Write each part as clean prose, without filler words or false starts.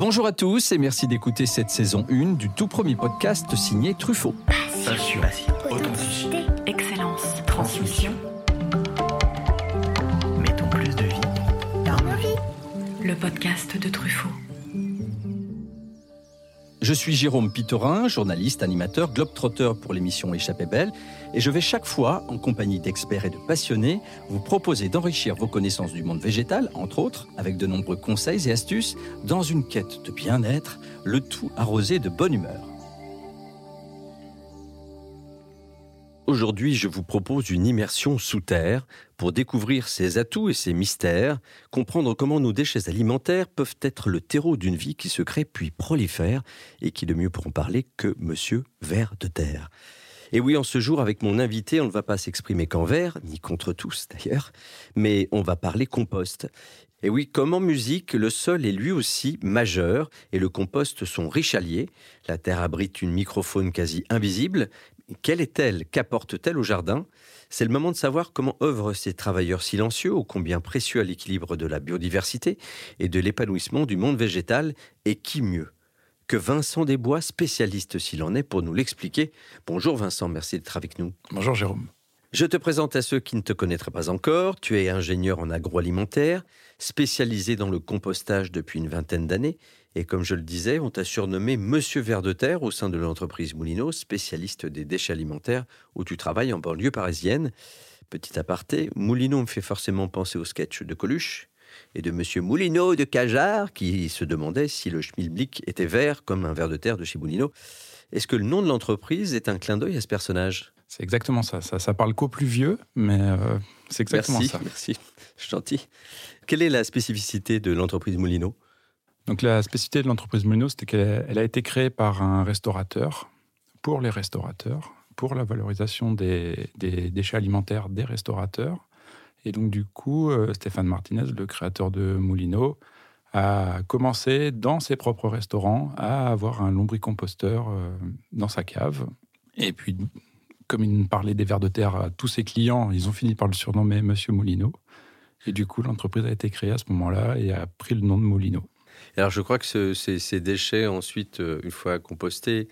Bonjour à tous et merci d'écouter cette saison 1 du tout premier podcast signé Truffaut. Passion, authenticité, excellence, transmission. Mettons plus de vie dans nos vies. Le podcast de Truffaut. Je suis Jérôme Pitorin, journaliste, animateur, globetrotter pour l'émission Échappée Belle, et je vais chaque fois, en compagnie d'experts et de passionnés, vous proposer d'enrichir vos connaissances du monde végétal, entre autres, avec de nombreux conseils et astuces, dans une quête de bien-être, le tout arrosé de bonne humeur. Aujourd'hui, je vous propose une immersion sous terre pour découvrir ses atouts et ses mystères, comprendre comment nos déchets alimentaires peuvent être le terreau d'une vie qui se crée puis prolifère et qui de mieux pour en parler que Monsieur Ver de Terre. Et oui, en ce jour, avec mon invité, on ne va pas s'exprimer qu'en vers, ni contre tous d'ailleurs, mais on va parler compost. Et oui, comme en musique, le sol est lui aussi majeur et le compost son riche allié. La terre abrite une microfaune quasi invisible. Quelle est-elle ? Qu'apporte-t-elle au jardin ? C'est le moment de savoir comment œuvrent ces travailleurs silencieux, ô combien précieux à l'équilibre de la biodiversité et de l'épanouissement du monde végétal. Et qui mieux que Vincent Desbois, spécialiste s'il en est, pour nous l'expliquer. Bonjour Vincent, merci d'être avec nous. Bonjour Jérôme. Je te présente à ceux qui ne te connaîtraient pas encore. Tu es ingénieur en agroalimentaire, spécialisé dans le compostage depuis une vingtaine d'années. Et comme je le disais, on t'a surnommé Monsieur Ver de Terre au sein de l'entreprise Moulineau, spécialiste des déchets alimentaires, où tu travailles en banlieue parisienne. Petit aparté, Moulineau me fait forcément penser au sketch de Coluche et de Monsieur Moulineau de Cajar, qui se demandait si le schmilblick était vert comme un ver de terre de chez Moulineau. Est-ce que le nom de l'entreprise est un clin d'œil à ce personnage ? C'est exactement ça. Ça parle qu'aux plus vieux, mais c'est exactement ça. Merci, gentil. Quelle est la spécificité de l'entreprise Moulineau ? Donc la spécificité de l'entreprise Moulineau, c'était qu'elle a été créée par un restaurateur, pour les restaurateurs, pour la valorisation des déchets alimentaires des restaurateurs. Et donc du coup, Stéphane Martinez, le créateur de Moulineau, a commencé dans ses propres restaurants à avoir un lombricomposteur dans sa cave. Et puis, comme il parlait des vers de terre à tous ses clients, ils ont fini par le surnommer Monsieur Moulineau. Et du coup, l'entreprise a été créée à ce moment-là et a pris le nom de Moulineau. Alors, je crois que ces déchets, ensuite, une fois compostés,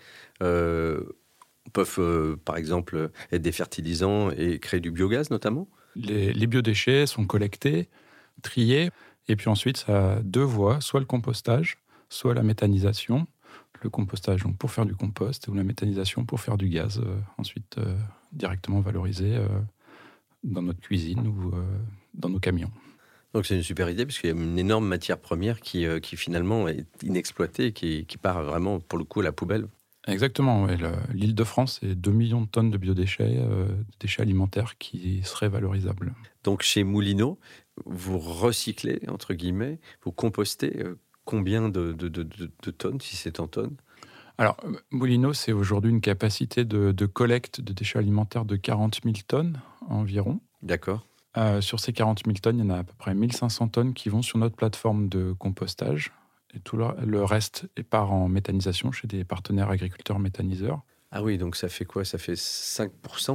peuvent, par exemple, être des fertilisants et créer du biogaz, notamment ? Les biodéchets sont collectés, triés, et puis ensuite, ça a deux voies, soit le compostage, soit la méthanisation. Le compostage donc, pour faire du compost, ou la méthanisation pour faire du gaz, ensuite directement valorisé dans notre cuisine ou dans nos camions. Donc c'est une super idée, parce qu'il y a une énorme matière première qui finalement est inexploitée et qui part vraiment, pour le coup, à la poubelle. Exactement, ouais. L'Île-de-France, c'est 2 millions de tonnes de biodéchets, déchets alimentaires qui seraient valorisables. Donc chez Moulineau, vous recyclez, entre guillemets, vous compostez combien de tonnes, si c'est en tonnes ? Alors, Moulineau, c'est aujourd'hui une capacité de collecte de déchets alimentaires de 40 000 tonnes environ. D'accord. Sur ces 40 000 tonnes, il y en a à peu près 1500 tonnes qui vont sur notre plateforme de compostage. Et tout le reste part en méthanisation chez des partenaires agriculteurs méthaniseurs. Ah oui, donc ça fait quoi ? Ça fait 5%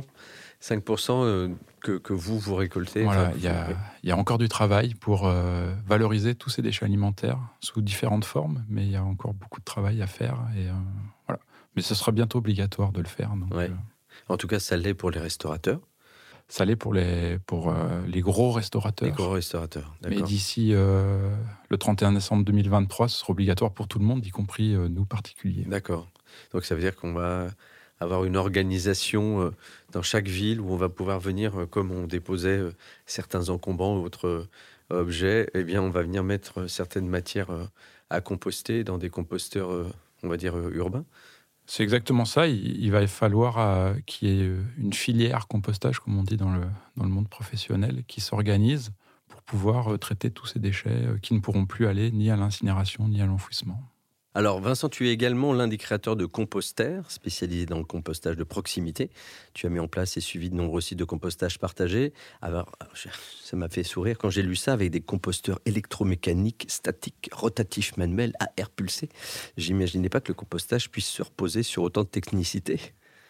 5% que vous récoltez. Voilà, il y a encore du travail pour valoriser tous ces déchets alimentaires sous différentes formes, mais il y a encore beaucoup de travail à faire. Et, voilà. Mais ce sera bientôt obligatoire de le faire. Donc, ouais. En tout cas, ça l'est pour les restaurateurs. Ça l'est pour les gros restaurateurs. Les gros restaurateurs, d'accord. Mais d'ici le 31 décembre 2023, ce sera obligatoire pour tout le monde, y compris nous particuliers. D'accord. Donc ça veut dire qu'on va avoir une organisation dans chaque ville où on va pouvoir venir, comme on déposait certains encombrants ou autres objets, eh bien on va venir mettre certaines matières à composter dans des composteurs, on va dire, urbains. C'est exactement ça. Il va falloir qu'il y ait une filière compostage, comme on dit dans le monde professionnel, qui s'organise pour pouvoir traiter tous ces déchets qui ne pourront plus aller ni à l'incinération ni à l'enfouissement. Alors Vincent, tu es également l'un des créateurs de Composter, spécialisé dans le compostage de proximité. Tu as mis en place et suivi de nombreux sites de compostage partagés. Alors, ça m'a fait sourire quand j'ai lu ça, avec des composteurs électromécaniques, statiques, rotatifs, manuels, à air pulsé. J'imaginais pas que le compostage puisse se reposer sur autant de technicité.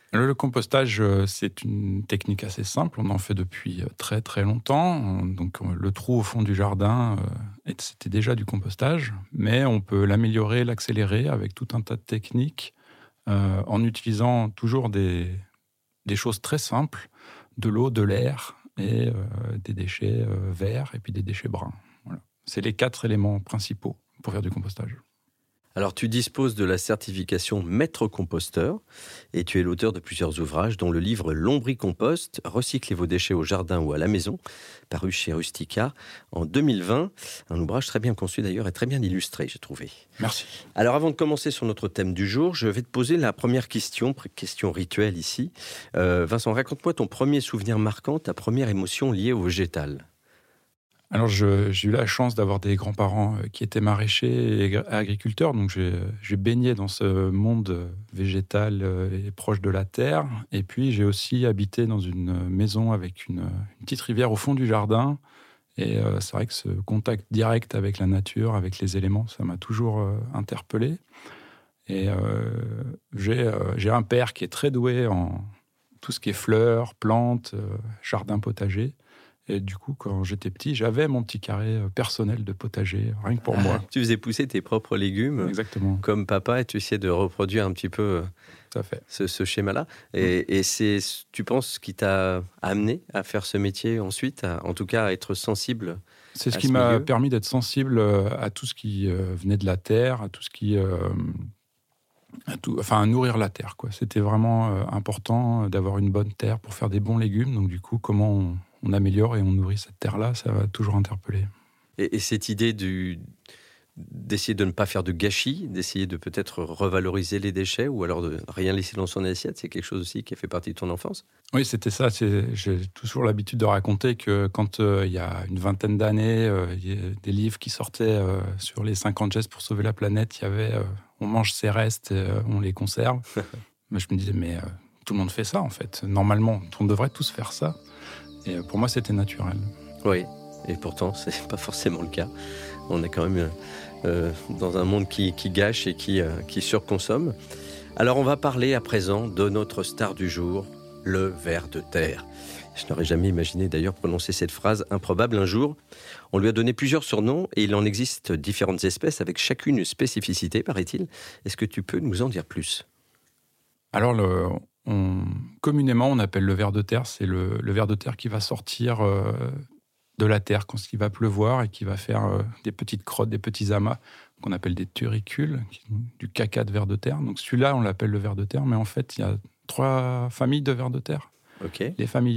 Le compostage, c'est une technique assez simple. On en fait depuis très très longtemps. Donc le trou au fond du jardin, c'était déjà du compostage, mais on peut l'améliorer, l'accélérer avec tout un tas de techniques en utilisant toujours des choses très simples, de l'eau, de l'air et des déchets verts et puis des déchets bruns. Voilà. C'est les 4 éléments principaux pour faire du compostage. Alors, tu disposes de la certification maître composteur et tu es l'auteur de plusieurs ouvrages, dont le livre Lombricompost, recyclez vos déchets au jardin ou à la maison, paru chez Rustica en 2020. Un ouvrage très bien conçu d'ailleurs et très bien illustré, j'ai trouvé. Merci. Alors, avant de commencer sur notre thème du jour, je vais te poser la première question rituelle ici. Vincent, raconte-moi ton premier souvenir marquant, ta première émotion liée au végétal. Alors, j'ai eu la chance d'avoir des grands-parents qui étaient maraîchers et agriculteurs, donc j'ai baigné dans ce monde végétal et proche de la terre. Et puis, j'ai aussi habité dans une maison avec une petite rivière au fond du jardin. Et c'est vrai que ce contact direct avec la nature, avec les éléments, ça m'a toujours interpellé. Et j'ai un père qui est très doué en tout ce qui est fleurs, plantes, jardin potager. Et du coup, quand j'étais petit, j'avais mon petit carré personnel de potager, rien que pour moi. Tu faisais pousser tes propres légumes. Exactement. Comme papa, et tu essayais de reproduire un petit peu Tout à fait. ce schéma-là. Et c'est, tu penses, ce qui t'a amené à faire ce métier ensuite, en tout cas à être sensible? C'est ce qui m'a permis d'être sensible à tout ce qui venait de la terre, à tout ce qui... à nourrir la terre, quoi. C'était vraiment important d'avoir une bonne terre pour faire des bons légumes. Donc du coup, comment on améliore et on nourrit cette terre-là, ça va toujours interpeller. Et cette idée d'essayer de ne pas faire de gâchis, d'essayer de peut-être revaloriser les déchets ou alors de rien laisser dans son assiette, c'est quelque chose aussi qui a fait partie de ton enfance? Oui, c'était ça. J'ai toujours l'habitude de raconter que quand il y a une vingtaine d'années, il y a des livres qui sortaient sur les 50 gestes pour sauver la planète, il y avait on mange ses restes, on les conserve. Mais je me disais, tout le monde fait ça en fait. Normalement, on devrait tous faire ça. Et pour moi, c'était naturel. Oui, et pourtant, c'est pas forcément le cas. On est quand même dans un monde qui gâche et qui surconsomme. Alors, on va parler à présent de notre star du jour, le ver de terre. Je n'aurais jamais imaginé d'ailleurs prononcer cette phrase improbable un jour. On lui a donné plusieurs surnoms et il en existe différentes espèces avec chacune une spécificité, paraît-il. Est-ce que tu peux nous en dire plus? Alors, communément, on appelle le ver de terre, c'est le ver de terre qui va sortir de la terre quand il va pleuvoir et qui va faire des petites crottes, des petits amas qu'on appelle des turicules, du caca de ver de terre. Donc celui-là, on l'appelle le ver de terre, mais en fait, il y a 3 familles de vers de terre. Okay.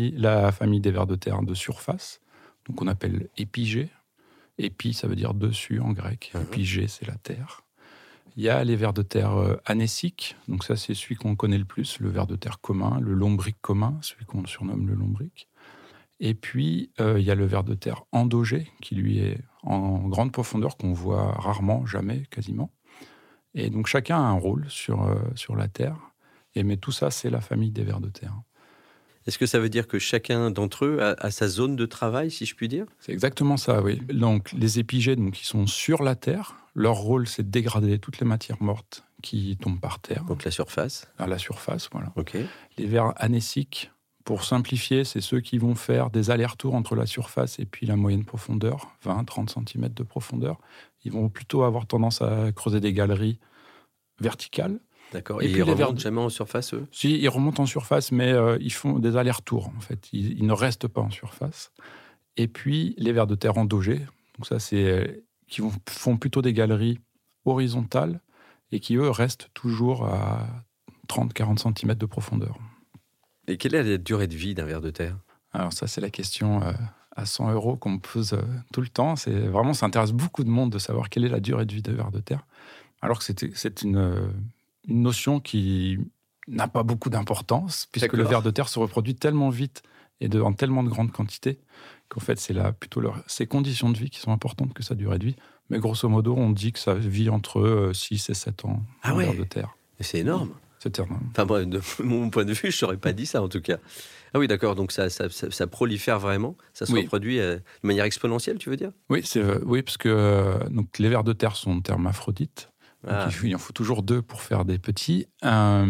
La famille des vers de terre de surface, donc on appelle épigées. Épi, ça veut dire dessus en grec. Épigée, c'est la terre. Il y a les vers de terre anéciques, donc ça c'est celui qu'on connaît le plus, le ver de terre commun, le lombric commun, celui qu'on surnomme le lombric. Et puis il y a le ver de terre endogé, qui lui est en grande profondeur, qu'on voit rarement, jamais, quasiment. Et donc chacun a un rôle sur la terre, mais tout ça c'est la famille des vers de terre. Est-ce que ça veut dire que chacun d'entre eux a sa zone de travail, si je puis dire? C'est exactement ça, oui. Donc les épigées, qui sont sur la terre, leur rôle, c'est de dégrader toutes les matières mortes qui tombent par terre. Donc la surface. À la surface, voilà. Okay. Les vers anéciques, pour simplifier, c'est ceux qui vont faire des allers-retours entre la surface et puis la moyenne profondeur, 20-30 cm de profondeur. Ils vont plutôt avoir tendance à creuser des galeries verticales. D'accord. Et ils remontent jamais en surface, eux? Si, ils remontent en surface, mais ils font des allers-retours, en fait. Ils ne restent pas en surface. Et puis, les vers de terre endogés, donc ça, c'est qui font plutôt des galeries horizontales et qui, eux, restent toujours à 30-40 cm de profondeur. Et quelle est la durée de vie d'un ver de terre? Alors ça, c'est la question à 100 € qu'on me pose tout le temps. Ça intéresse beaucoup de monde de savoir quelle est la durée de vie d'un ver de terre. Alors que c'est une notion qui n'a pas beaucoup d'importance, puisque le ver de terre se reproduit tellement vite et en tellement de grandes quantités qu'en fait, c'est plutôt ces conditions de vie qui sont importantes que sa durée de vie. Mais grosso modo, on dit que ça vit entre 6 et 7 ans, un ver de terre. Et c'est énorme. C'est énorme. Enfin, moi, de mon point de vue, je ne saurais pas dit ça, en tout cas. Ah oui, d'accord, donc ça prolifère vraiment, ça se reproduit de manière exponentielle, tu veux dire? Oui, oui, parce que donc, les vers de terre sont hermaphrodites. Donc il en faut toujours 2 pour faire des petits.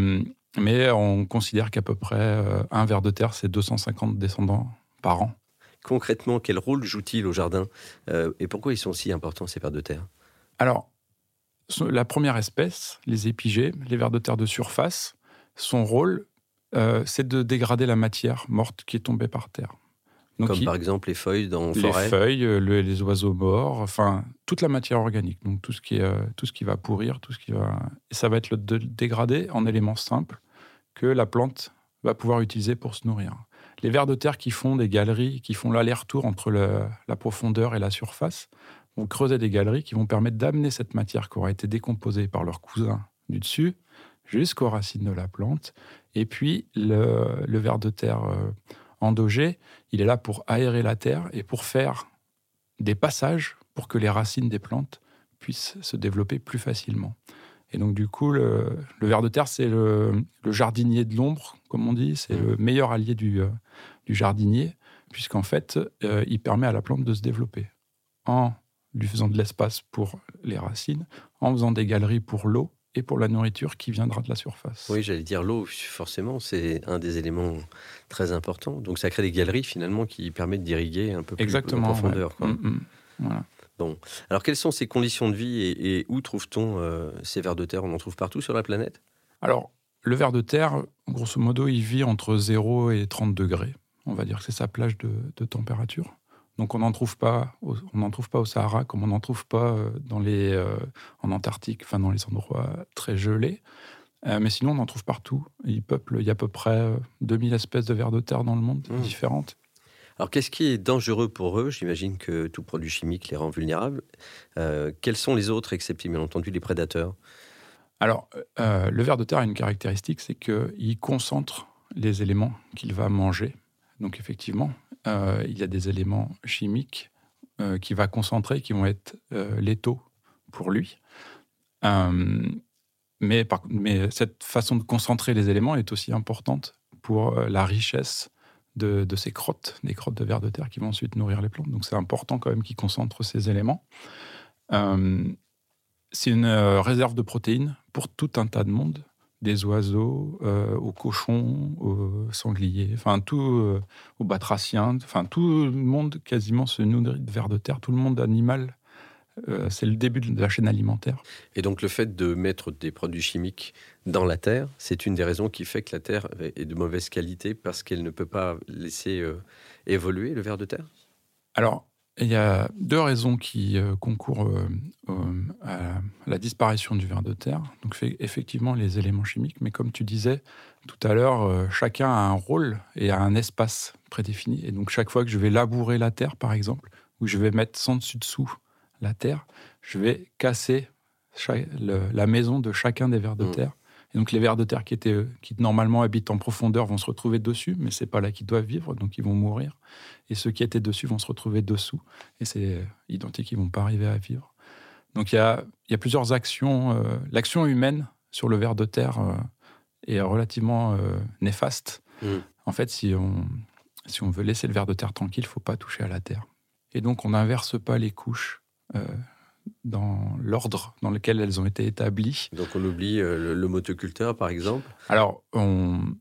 Mais on considère qu'à peu près un ver de terre, c'est 250 descendants par an. Concrètement, quel rôle jouent-ils au jardin et pourquoi ils sont si importants, ces vers de terre? Alors, la première espèce, les épigées, les vers de terre de surface, son rôle, c'est de dégrader la matière morte qui est tombée par terre. Donc, Comme par exemple les feuilles dans les forêt? feuilles, les oiseaux morts, enfin, toute la matière organique. Donc, tout ce qui va pourrir, et ça va être le dégradé en éléments simples que la plante va pouvoir utiliser pour se nourrir. Les vers de terre qui font des galeries, qui font l'aller-retour entre la profondeur et la surface, vont creuser des galeries qui vont permettre d'amener cette matière qui aura été décomposée par leurs cousins du dessus jusqu'aux racines de la plante. Et puis, le ver de terre endogé, il est là pour aérer la terre et pour faire des passages pour que les racines des plantes puissent se développer plus facilement. Et donc, du coup, le ver de terre, c'est le jardinier de l'ombre, comme on dit. C'est le meilleur allié du jardinier, puisqu'en fait, il permet à la plante de se développer en lui faisant de l'espace pour les racines, en faisant des galeries pour l'eau et pour la nourriture qui viendra de la surface. Oui, j'allais dire l'eau, forcément, c'est un des éléments très importants. Donc, ça crée des galeries, finalement, qui permettent d'irriguer un peu plus en profondeur. Ouais. Quoi. Voilà. Bon. Alors, quelles sont ces conditions de vie et où trouve-t-on ces vers de terre? On en trouve partout sur la planète? Alors, le ver de terre, grosso modo, il vit entre 0 et 30 degrés. On va dire que c'est sa plage de température. Donc, on n'en trouve pas au Sahara, comme on n'en trouve pas en Antarctique, enfin dans les endroits très gelés. Mais sinon, on en trouve partout. Il y a à peu près 2000 espèces de vers de terre dans le monde, différentes. Alors, qu'est-ce qui est dangereux pour eux? J'imagine que tout produit chimique les rend vulnérables. Quels sont les autres, excepté bien entendu les prédateurs? Alors, le ver de terre a une caractéristique, c'est qu'il concentre les éléments qu'il va manger. Donc, effectivement, il y a des éléments chimiques qu'il va concentrer, qui vont être létaux pour lui. Mais cette façon de concentrer les éléments est aussi importante pour la richesse de ces crottes, des crottes de vers de terre qui vont ensuite nourrir les plantes. Donc c'est important quand même qu'ils concentrent ces éléments. C'est une réserve de protéines pour tout un tas de monde, des oiseaux, aux cochons, aux sangliers, aux batraciens, tout le monde quasiment se nourrit de vers de terre, tout le monde animal. C'est le début de la chaîne alimentaire. Et donc le fait de mettre des produits chimiques dans la terre, c'est une des raisons qui fait que la terre est de mauvaise qualité parce qu'elle ne peut pas laisser évoluer le ver de terre? Alors, il y a deux raisons qui concourent à la disparition du ver de terre. Donc, effectivement, les éléments chimiques, mais comme tu disais tout à l'heure, chacun a un rôle et a un espace prédéfini. Et donc, chaque fois que je vais labourer la terre, par exemple, ou je vais mettre sans dessus-dessous la terre, je vais casser la maison de chacun des vers de terre. Et donc, les vers de terre qui normalement habitent en profondeur vont se retrouver dessus, mais c'est pas là qu'ils doivent vivre, donc ils vont mourir. Et ceux qui étaient dessus vont se retrouver dessous, et c'est identique, ils vont pas arriver à vivre. Donc, il y a plusieurs actions. L'action humaine sur le ver de terre est relativement néfaste. En fait, si on veut laisser le ver de terre tranquille, il faut pas toucher à la terre. Et donc, on n'inverse pas les couches dans l'ordre dans lequel elles ont été établies. Donc on oublie le motoculteur, par exemple? Alors, on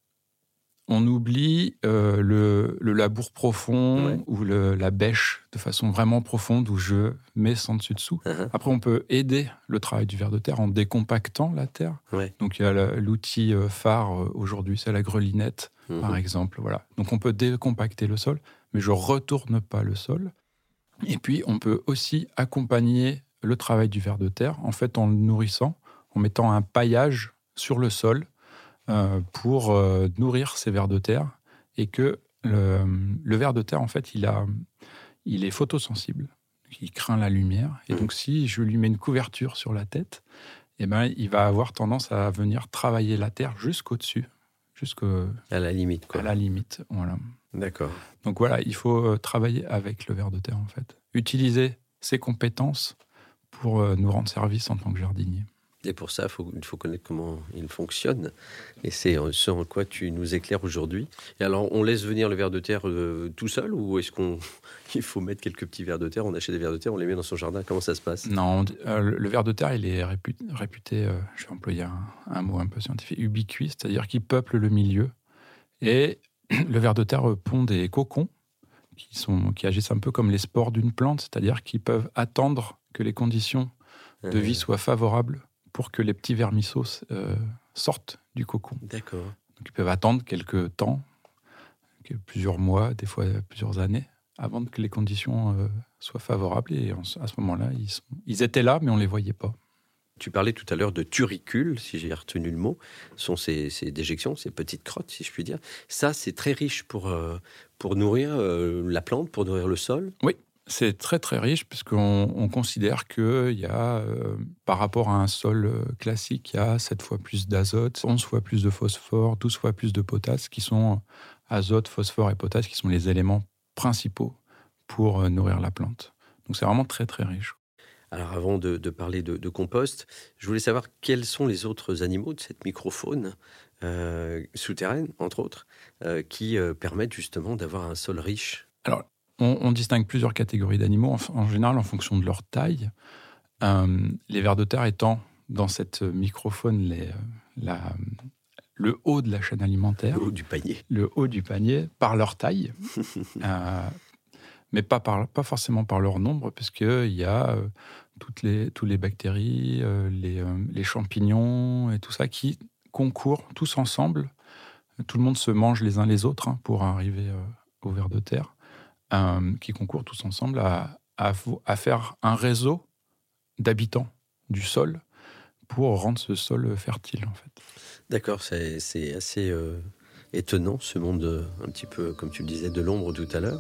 oublie le labour profond ou la bêche de façon vraiment profonde où je mets sans dessus-dessous. Après, on peut aider le travail du ver de terre en décompactant la terre. Donc, il y a l'outil phare aujourd'hui, c'est la grelinette, par exemple. Voilà. Donc, on peut décompacter le sol, mais je ne retourne pas le sol. Et puis, on peut aussi accompagner le travail du ver de terre, en fait, en le nourrissant, en mettant un paillage sur le sol pour nourrir ces vers de terre. Et que le ver de terre, en fait, il est photosensible. Il craint la lumière. Et donc, si je lui mets une couverture sur la tête, eh ben, il va avoir tendance à venir travailler la terre jusqu'au-dessus. À la limite, quoi. À la limite, voilà. D'accord. Donc voilà, il faut travailler avec le ver de terre, en fait. Utiliser ses compétences pour nous rendre service en tant que jardinier. Et pour ça, il faut connaître comment il fonctionne. Et c'est ce en quoi tu nous éclaires aujourd'hui. Et alors, on laisse venir le ver de terre tout seul, ou est-ce qu'il faut mettre quelques petits vers de terre, on achète des vers de terre, on les met dans son jardin? Comment ça se passe? Non, le ver de terre, il est réputé, je vais employer un mot un peu scientifique, ubiquit, c'est-à-dire qu'il peuple le milieu. Et le ver de terre pond des cocons qui agissent un peu comme les spores d'une plante, c'est-à-dire qu'ils peuvent attendre que les conditions de vie soient favorables pour que les petits vermisseaux sortent du cocon. D'accord. Donc ils peuvent attendre quelques temps, plusieurs mois, des fois plusieurs années, avant que les conditions soient favorables. Et à ce moment-là, ils étaient là, mais on ne les voyait pas. Tu parlais tout à l'heure de turicules, si j'ai retenu le mot. Ce sont ces déjections, ces petites crottes, si je puis dire. Ça, c'est très riche pour nourrir la plante, pour nourrir le sol. Oui, c'est très très riche, puisqu'on considère qu'il y a, par rapport à un sol classique, il y a 7 fois plus d'azote, 11 fois plus de phosphore, 12 fois plus de potasse, qui sont azote, phosphore et potasse, qui sont les éléments principaux pour nourrir la plante. Donc c'est vraiment très très riche. Alors avant de parler de compost, je voulais savoir quels sont les autres animaux de cette microfaune souterraine, entre autres, qui permettent justement d'avoir un sol riche. Alors, on distingue plusieurs catégories d'animaux, en général en fonction de leur taille. Les vers de terre étant dans cette microfaune le haut de la chaîne alimentaire. Le haut du panier. Le haut du panier, par leur taille, mais pas forcément par leur nombre, puisqu'il y a toutes les bactéries, les champignons et tout ça qui concourent tous ensemble. Tout le monde se mange les uns les autres pour arriver aux vers de terre, qui concourent tous ensemble à faire un réseau d'habitants du sol pour rendre ce sol fertile, en fait. D'accord, c'est assez étonnant, ce monde un petit peu, comme tu le disais, de l'ombre tout à l'heure.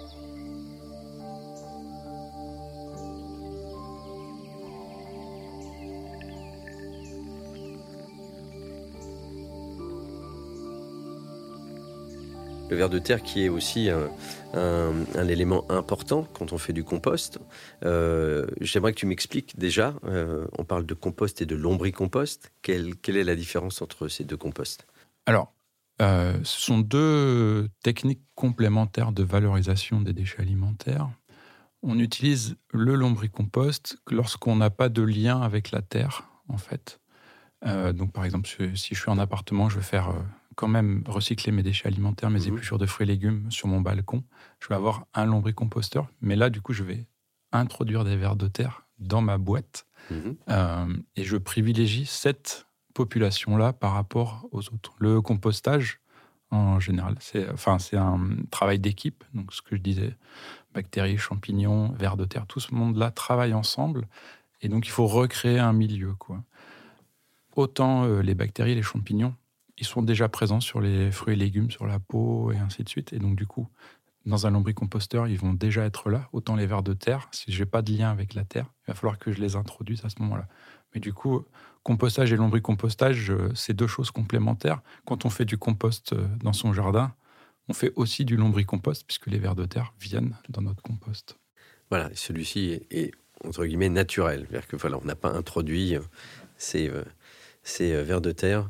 Le ver de terre qui est aussi un élément important quand on fait du compost. J'aimerais que tu m'expliques déjà, on parle de compost et de lombricompost. Quelle est la différence entre ces deux composts? Alors, ce sont deux techniques complémentaires de valorisation des déchets alimentaires. On utilise le lombricompost lorsqu'on n'a pas de lien avec la terre, en fait. Donc, par exemple, si je suis en appartement, je vais faire quand même recycler mes déchets alimentaires, mes épluchures de fruits et légumes sur mon balcon. Je vais avoir un lombricomposteur, mais là, du coup, je vais introduire des vers de terre dans ma boîte et je privilégie cette population-là par rapport aux autres. Le compostage, en général, c'est un travail d'équipe. Donc, ce que je disais, bactéries, champignons, vers de terre, tout ce monde-là travaille ensemble. Et donc, il faut recréer un milieu, quoi. Autant les bactéries, les champignons, ils sont déjà présents sur les fruits et légumes, sur la peau, et ainsi de suite. Et donc, du coup, dans un lombricomposteur, ils vont déjà être là. Autant les vers de terre, si je n'ai pas de lien avec la terre, il va falloir que je les introduise à ce moment-là. Mais du coup, compostage et lombricompostage, c'est deux choses complémentaires. Quand on fait du compost dans son jardin, on fait aussi du lombricompost, puisque les vers de terre viennent dans notre compost. Voilà, celui-ci est entre guillemets naturel. C'est-à-dire que voilà, on n'a pas introduit ces vers de terre.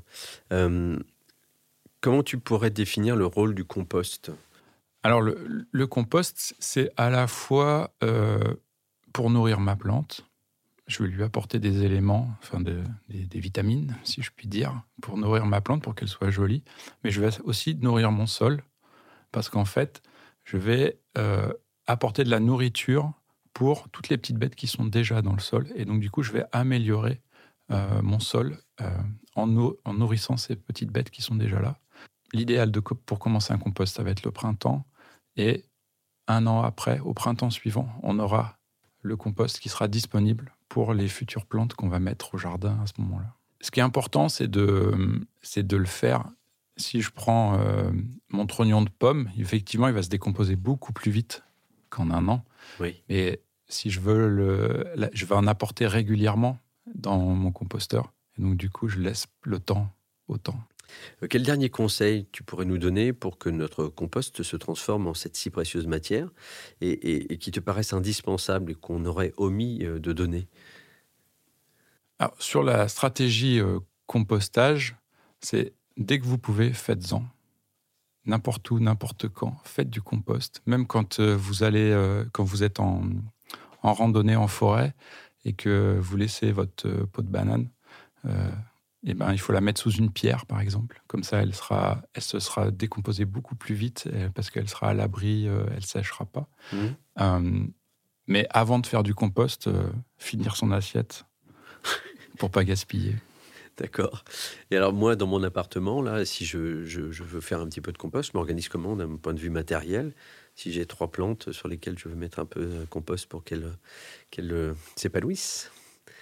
Comment tu pourrais définir le rôle du compost? Alors, le compost, c'est à la fois pour nourrir ma plante. Je vais lui apporter des éléments, des vitamines, si je puis dire, pour nourrir ma plante, pour qu'elle soit jolie. Mais je vais aussi nourrir mon sol, parce qu'en fait, je vais apporter de la nourriture pour toutes les petites bêtes qui sont déjà dans le sol. Et donc, du coup, je vais améliorer mon sol en nourrissant ces petites bêtes qui sont déjà là. L'idéal pour commencer un compost, ça va être le printemps. Et 1 an après, au printemps suivant, on aura le compost qui sera disponible pour les futures plantes qu'on va mettre au jardin à ce moment-là. Ce qui est important, c'est de le faire. Si je prends mon trognon de pomme, effectivement, il va se décomposer beaucoup plus vite qu'en 1 an. Oui. Mais si je vais en apporter régulièrement dans mon composteur. Et donc, du coup, je laisse le temps au temps. Quel dernier conseil tu pourrais nous donner pour que notre compost se transforme en cette si précieuse matière et qui te paraisse indispensable et qu'on aurait omis de donner? Alors, sur la stratégie compostage, c'est dès que vous pouvez, faites-en. N'importe où, n'importe quand, faites du compost. Même quand vous êtes en randonnée en forêt et que vous laissez votre peau de banane, il faut la mettre sous une pierre, par exemple. Comme ça, elle se sera décomposée beaucoup plus vite parce qu'elle sera à l'abri, elle ne sèchera pas. Mais avant de faire du compost, finir son assiette pour pas gaspiller. D'accord. Et alors moi, dans mon appartement, là, si je veux faire un petit peu de compost, je m'organise comment d'un point de vue matériel? Si j'ai 3 plantes sur lesquelles je veux mettre un peu de compost pour qu'elles s'épanouissent?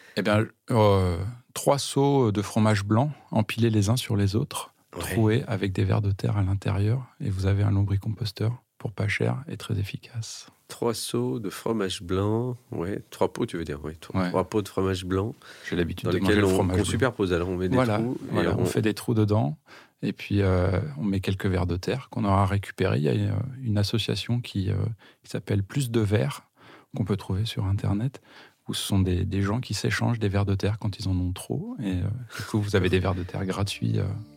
3 seaux de fromage blanc empilés les uns sur les autres, troués avec des vers de terre à l'intérieur, et vous avez un lombricomposteur pour pas cher et très efficace. 3 seaux de fromage blanc, 3 pots, tu veux dire, 3 pots de fromage blanc. J'ai l'habitude dans de manger lesquels le fromage on blanc. superpose. Alors on met des trous. On fait des trous dedans, et puis on met quelques vers de terre qu'on aura récupérés. Il y a une association qui s'appelle Plus de Verre, qu'on peut trouver sur Internet, où ce sont des gens qui s'échangent des vers de terre quand ils en ont trop. Et du coup, vous avez des vers de terre gratuits.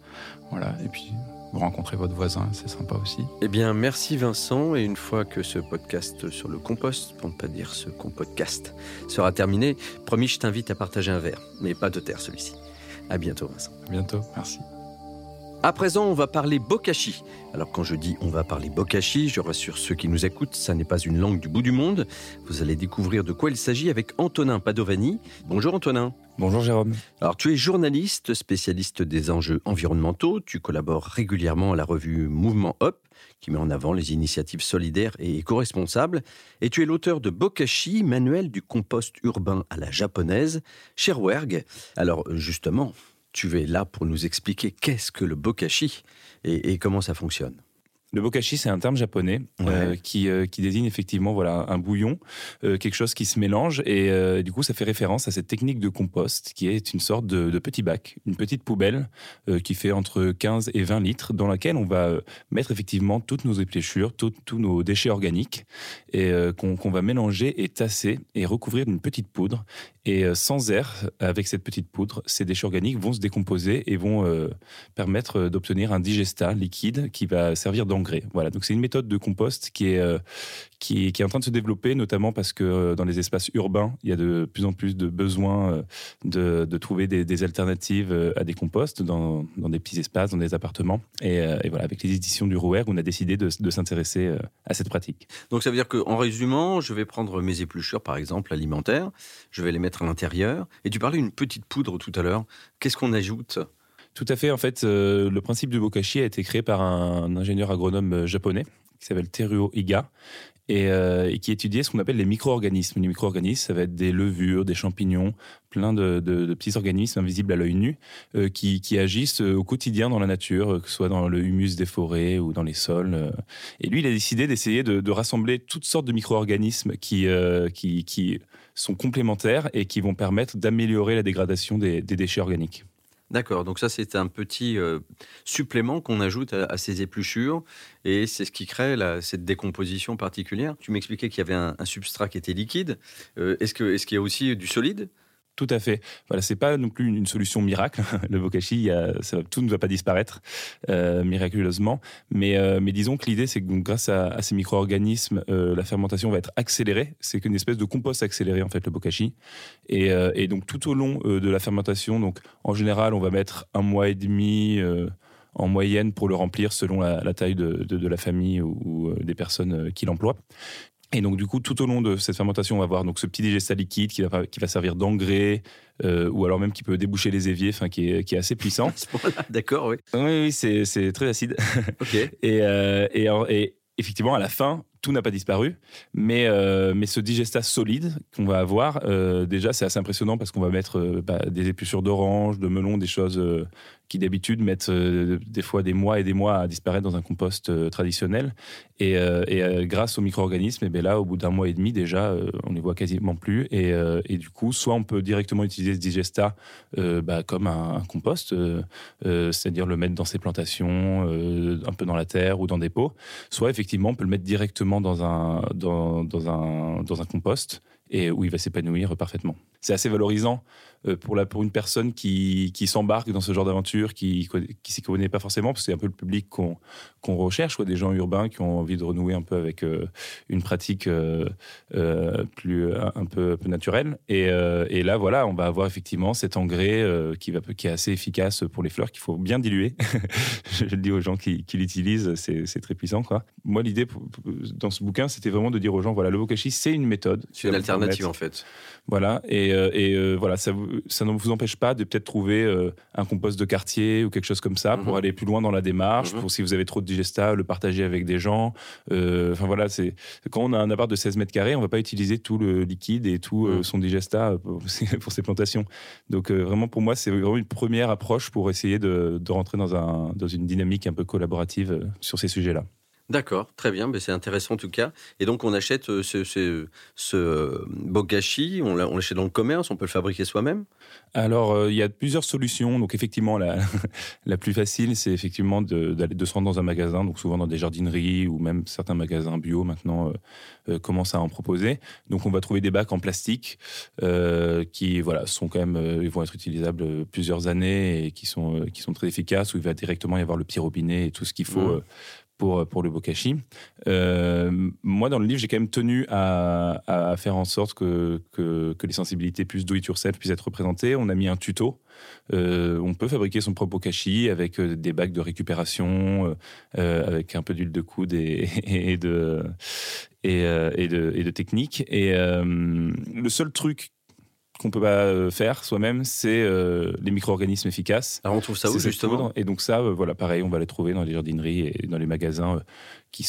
Et puis, vous rencontrez votre voisin, c'est sympa aussi. Eh bien, merci Vincent. Et une fois que ce podcast sur le compost, pour ne pas dire ce compodcast, sera terminé, promis, je t'invite à partager un verre, mais pas de terre celui-ci. À bientôt Vincent. À bientôt, merci. À présent, on va parler bokashi. Alors quand je dis on va parler bokashi, je rassure ceux qui nous écoutent, ça n'est pas une langue du bout du monde. Vous allez découvrir de quoi il s'agit avec Antonin Padovani. Bonjour Antonin. Bonjour Jérôme. Alors tu es journaliste, spécialiste des enjeux environnementaux. Tu collabores régulièrement à la revue Mouvement Up, qui met en avant les initiatives solidaires et éco-responsables. Et tu es l'auteur de Bokashi, manuel du compost urbain à la japonaise, chez Rouergue. Alors justement, tu es là pour nous expliquer qu'est-ce que le bokashi et comment ça fonctionne. Le bokashi, c'est un terme japonais qui désigne effectivement un bouillon, quelque chose qui se mélange. Et du coup, ça fait référence à cette technique de compost qui est une sorte de petit bac, une petite poubelle qui fait entre 15 et 20 litres, dans laquelle on va mettre effectivement toutes nos épluchures, tous nos déchets organiques, et qu'on va mélanger et tasser et recouvrir d'une petite poudre. Et sans air, avec cette petite poudre, ces déchets organiques vont se décomposer et vont permettre d'obtenir un digestat liquide qui va servir d'engrais. Voilà, donc c'est une méthode de compost qui est en train de se développer, notamment parce que dans les espaces urbains, il y a de plus en plus de besoins de trouver des alternatives à des composts dans des petits espaces, dans des appartements. Et voilà, avec les éditions du Rouergue, on a décidé de s'intéresser à cette pratique. Donc ça veut dire qu'en résumant, je vais prendre mes épluchures, par exemple, alimentaires, je vais les mettre à l'intérieur. Et tu parlais d'une petite poudre tout à l'heure. Qu'est-ce qu'on ajoute ? Tout à fait. En fait, le principe du bokashi a été créé par un ingénieur agronome japonais qui s'appelle Teruo Iga et qui étudiait ce qu'on appelle les micro-organismes. Les micro-organismes, ça va être des levures, des champignons, plein de petits organismes invisibles à l'œil nu qui agissent au quotidien dans la nature, que ce soit dans le humus des forêts ou dans les sols. Et lui, il a décidé d'essayer de rassembler toutes sortes de micro-organismes qui sont complémentaires et qui vont permettre d'améliorer la dégradation des déchets organiques. D'accord, donc ça c'est un petit supplément qu'on ajoute à ces épluchures et c'est ce qui crée cette décomposition particulière. Tu m'expliquais qu'il y avait un substrat qui était liquide. Est-ce qu'il y a aussi du solide ? Tout à fait. Voilà, c'est pas non plus une solution miracle. Le bokashi, tout ne va pas disparaître miraculeusement. Mais disons que l'idée, c'est que donc, grâce à ces micro-organismes, la fermentation va être accélérée. C'est qu'une espèce de compost accéléré, en fait, le bokashi. Et donc, tout au long de la fermentation, donc, en général, on va mettre 1 mois et demi en moyenne pour le remplir selon la taille de la famille ou des personnes qui l'emploient. Et donc, du coup, tout au long de cette fermentation, on va avoir donc, ce petit digestat liquide qui va servir d'engrais ou alors même qui peut déboucher les éviers, qui est assez puissant. À ce point-là, d'accord, oui. Oui, c'est très acide. Ok. Et effectivement, à la fin, tout n'a pas disparu, mais ce digestat solide qu'on va avoir, déjà, c'est assez impressionnant parce qu'on va mettre des épluchures d'orange, de melon, des choses qui d'habitude mettent des fois des mois et des mois à disparaître dans un compost traditionnel. Et grâce aux micro-organismes, là, au bout d'1 mois et demi, déjà, on les voit quasiment plus. Et du coup, soit on peut directement utiliser ce digestat comme un compost, c'est-à-dire le mettre dans ses plantations, un peu dans la terre ou dans des pots, soit effectivement, on peut le mettre directement dans un compost et où il va s'épanouir parfaitement. C'est assez valorisant pour une personne qui s'embarque dans ce genre d'aventure, qui s'y connaît pas forcément, parce que c'est un peu le public qu'on recherche, des gens urbains qui ont envie de renouer un peu avec une pratique plus un peu naturelle. Et là, voilà, on va avoir effectivement cet engrais qui est assez efficace pour les fleurs, qu'il faut bien diluer. Je le dis aux gens qui l'utilisent, c'est très puissant, quoi. Moi, l'idée dans ce bouquin, c'était vraiment de dire aux gens, voilà, le bokashi, c'est une méthode. C'est une alternative, en fait. Voilà, et voilà, ça ne vous empêche pas de peut-être trouver un compost de quartier ou quelque chose comme ça pour aller plus loin dans la démarche, pour si vous avez trop de digesta, le partager avec des gens. Enfin voilà, quand on a un appart de 16 mètres carrés, on ne va pas utiliser tout le liquide et tout son digesta pour ses plantations. Donc vraiment, pour moi, c'est vraiment une première approche pour essayer de rentrer dans une dynamique un peu collaborative sur ces sujets-là. D'accord, très bien, mais c'est intéressant en tout cas. Et donc on achète ce bokashi, on l'achète dans le commerce, on peut le fabriquer soi-même? Alors il y a plusieurs solutions. Donc effectivement, la plus facile, c'est effectivement de se rendre dans un magasin, donc souvent dans des jardineries ou même certains magasins bio maintenant commencent à en proposer. Donc on va trouver des bacs en plastique qui sont quand même, ils vont être utilisables plusieurs années et qui sont très efficaces, où il va directement y avoir le petit robinet et tout ce qu'il faut. Pour le bokashi. Moi, dans le livre, j'ai quand même tenu à faire en sorte que les sensibilités plus do-it-yourself puissent être représentées. On a mis un tuto. On peut fabriquer son propre bokashi avec des bacs de récupération, avec un peu d'huile de coude et de technique. Et le seul truc qu'on peut pas faire soi-même, c'est les micro-organismes efficaces. Alors on trouve ça où, justement ? Poudre. Et donc ça, voilà, pareil, on va les trouver dans les jardineries et dans les magasins qui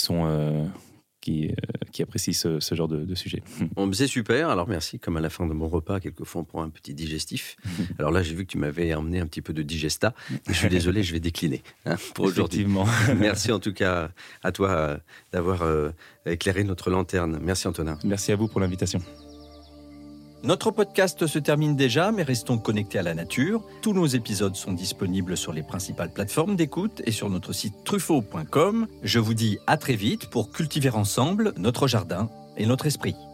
apprécient ce genre de sujet. Bon, c'est super, alors merci. Comme à la fin de mon repas, quelquefois on prend un petit digestif. Alors là, j'ai vu que tu m'avais emmené un petit peu de digesta. Je suis désolé, je vais décliner pour aujourd'hui. Merci en tout cas à toi d'avoir éclairé notre lanterne. Merci Antonin. Merci à vous pour l'invitation. Notre podcast se termine déjà, mais restons connectés à la nature. Tous nos épisodes sont disponibles sur les principales plateformes d'écoute et sur notre site truffaut.com. Je vous dis à très vite pour cultiver ensemble notre jardin et notre esprit.